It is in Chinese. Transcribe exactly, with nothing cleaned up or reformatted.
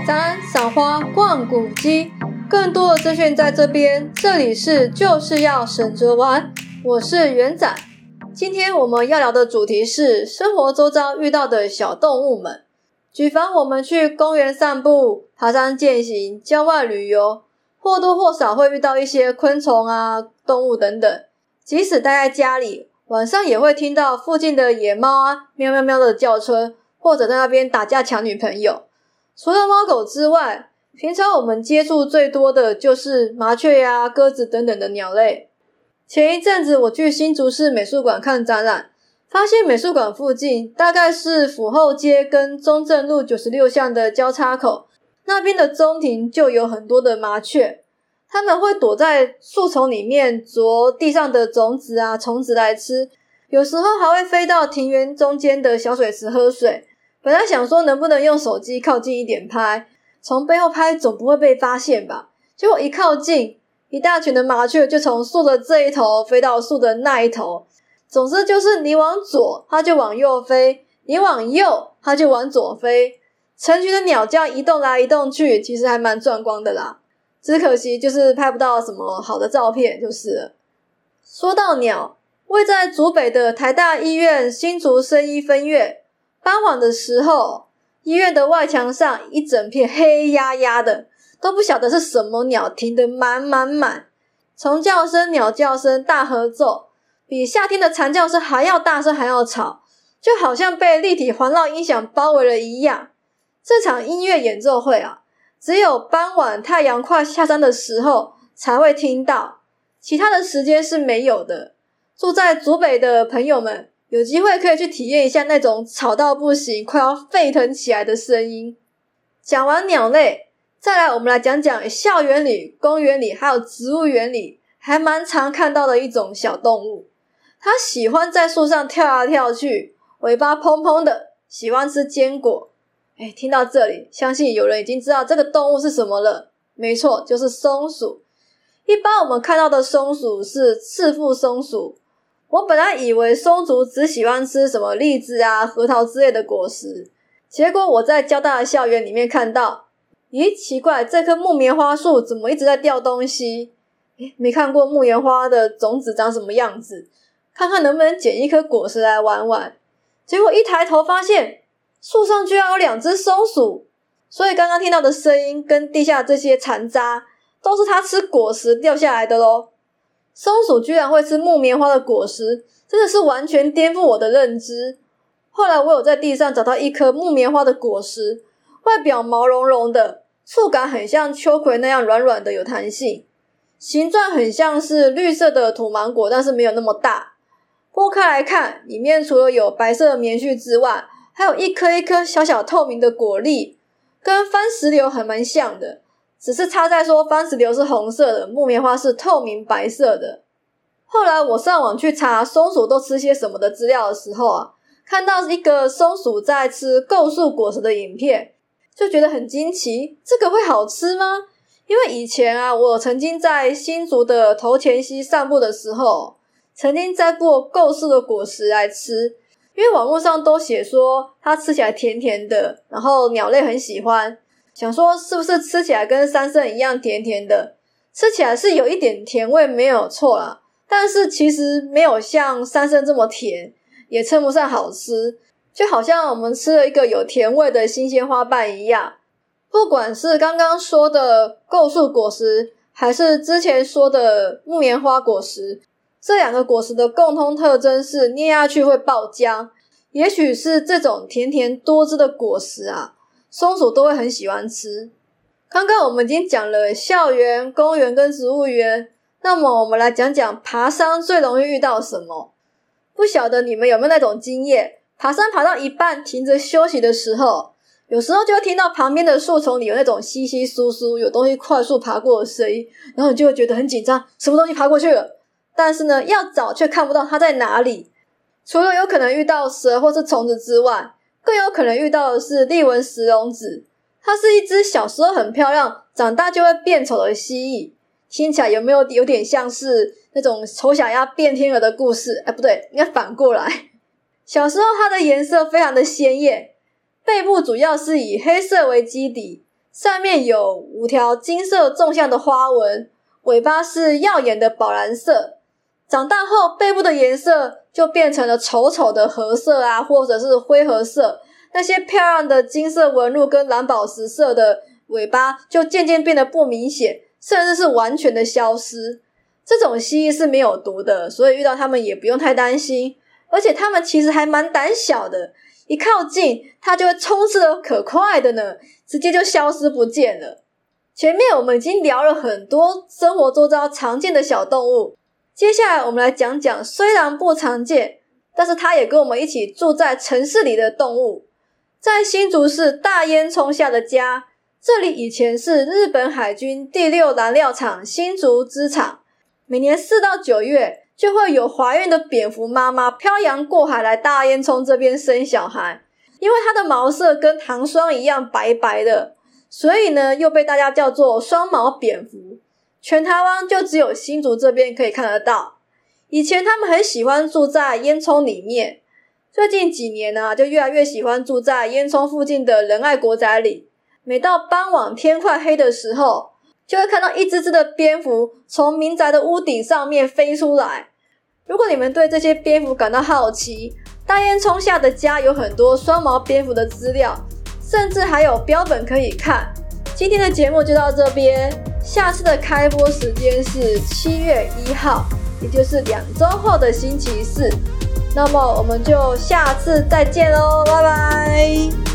展览、赏花、逛古迹，更多的资讯在这边。这里是就是要省着玩，我是元仔。今天我们要聊的主题是生活周遭遇到的小动物们。举凡我们去公园散步、爬山健行、郊外旅游，或多或少会遇到一些昆虫啊、动物等等。即使待在家里，晚上也会听到附近的野猫啊喵喵喵的叫声，或者在那边打架抢女朋友。除了猫狗之外，平常我们接触最多的就是麻雀呀、鸽子等等的鸟类。前一阵子我去新竹市美术馆看展览，发现美术馆附近大概是府后街跟中正路九十六巷的交叉口，那边的中庭就有很多的麻雀，它们会躲在树丛里面啄地上的种子啊、虫子来吃，有时候还会飞到庭园中间的小水池喝水。本来想说能不能用手机靠近一点拍，从背后拍总不会被发现吧，结果一靠近，一大群的麻雀就从树的这一头飞到树的那一头。总之就是你往左它就往右飞，你往右它就往左飞，成群的鸟叫移动来移动去，其实还蛮壮观的啦。只可惜就是拍不到什么好的照片就是了。说到鸟，位在竹北的台大医院新竹生医分院，傍晚的时候，医院的外墙上一整片黑压压的，都不晓得是什么鸟停得满满满，虫叫声、鸟叫声大合奏，比夏天的蝉叫声还要大声还要吵，就好像被立体环绕音响包围了一样。这场音乐演奏会啊，只有傍晚太阳快下山的时候才会听到，其他的时间是没有的。住在竹北的朋友们，有机会可以去体验一下那种吵到不行、快要沸腾起来的声音。讲完鸟类，再来我们来讲讲校园里、公园里还有植物园里还蛮常看到的一种小动物。它喜欢在树上跳来跳去，尾巴蓬蓬的，喜欢吃坚果。诶，听到这里，相信有人已经知道这个动物是什么了。没错，就是松鼠。一般我们看到的松鼠是赤腹松鼠。我本来以为松鼠只喜欢吃什么荔枝啊、核桃之类的果实，结果我在交大的校园里面看到，咦，奇怪，这棵木棉花树怎么一直在掉东西？诶，没看过木棉花的种子长什么样子，看看能不能捡一颗果实来玩玩。结果一抬头发现树上居然有两只松鼠，所以刚刚听到的声音跟地下这些残渣都是它吃果实掉下来的咯。松鼠居然会吃木棉花的果实，真的是完全颠覆我的认知。后来我有在地上找到一颗木棉花的果实，外表毛茸茸的，触感很像秋葵那样软软的有弹性，形状很像是绿色的土芒果，但是没有那么大。剥开来看，里面除了有白色的棉絮之外，还有一颗一颗小小透明的果粒，跟番石榴还蛮像的，只是差在说番石榴是红色的，木棉花是透明白色的。后来我上网去查松鼠都吃些什么的资料的时候啊，看到一个松鼠在吃构树果实的影片，就觉得很惊奇，这个会好吃吗？因为以前啊，我曾经在新竹的头前溪散步的时候，曾经摘过构树的果实来吃，因为网络上都写说它吃起来甜甜的，然后鸟类很喜欢，想说是不是吃起来跟山参一样甜甜的，吃起来是有一点甜味没有错啦，但是其实没有像山参这么甜，也称不上好吃，就好像我们吃了一个有甜味的新鲜花瓣一样。不管是刚刚说的构树果实，还是之前说的木棉花果实，这两个果实的共通特征是捏下去会爆浆，也许是这种甜甜多汁的果实啊，松鼠都会很喜欢吃。刚刚我们已经讲了校园、公园跟植物园，那么我们来讲讲爬山最容易遇到什么。不晓得你们有没有那种经验，爬山爬到一半停着休息的时候，有时候就会听到旁边的树丛里有那种稀稀疏疏有东西快速爬过的声音，然后你就会觉得很紧张，什么东西爬过去了，但是呢要找却看不到它在哪里。除了有可能遇到蛇或是虫子之外，更有可能遇到的是利纹石龙子，它是一只小时候很漂亮，长大就会变丑的蜥蜴。听起来有没有有点像是那种丑小鸭变天鹅的故事？哎，不对，应该反过来。小时候它的颜色非常的鲜艳，背部主要是以黑色为基底， 上面有五条金色纵向的花纹，尾巴是耀眼的宝蓝色。长大后背部的颜色就变成了丑丑的褐色啊，或者是灰褐色。那些漂亮的金色纹路跟蓝宝石色的尾巴就渐渐变得不明显，甚至是完全的消失。这种蜥蜴是没有毒的，所以遇到它们也不用太担心。而且它们其实还蛮胆小的，一靠近它就会冲刺得可快的呢，直接就消失不见了。前面我们已经聊了很多生活周遭常见的小动物，接下来我们来讲讲虽然不常见，但是它也跟我们一起住在城市里的动物。在新竹市大烟囱下的家，这里以前是日本海军第六燃料厂新竹支厂，每年四到九月就会有怀孕的蝙蝠妈妈漂洋过海来大烟囱这边生小孩。因为它的毛色跟糖霜一样白白的，所以呢又被大家叫做双毛蝙蝠。全台湾就只有新竹这边可以看得到。以前他们很喜欢住在烟囱里面，最近几年呢、啊，就越来越喜欢住在烟囱附近的仁爱国宅里。每到傍晚天快黑的时候，就会看到一只只的蝙蝠从民宅的屋顶上面飞出来。如果你们对这些蝙蝠感到好奇，大烟囱下的家有很多双毛蝙蝠的资料，甚至还有标本可以看。今天的节目就到这边，下次的开播时间是七月一号，也就是两周后的星期四。那么我们就下次再见咯，拜拜。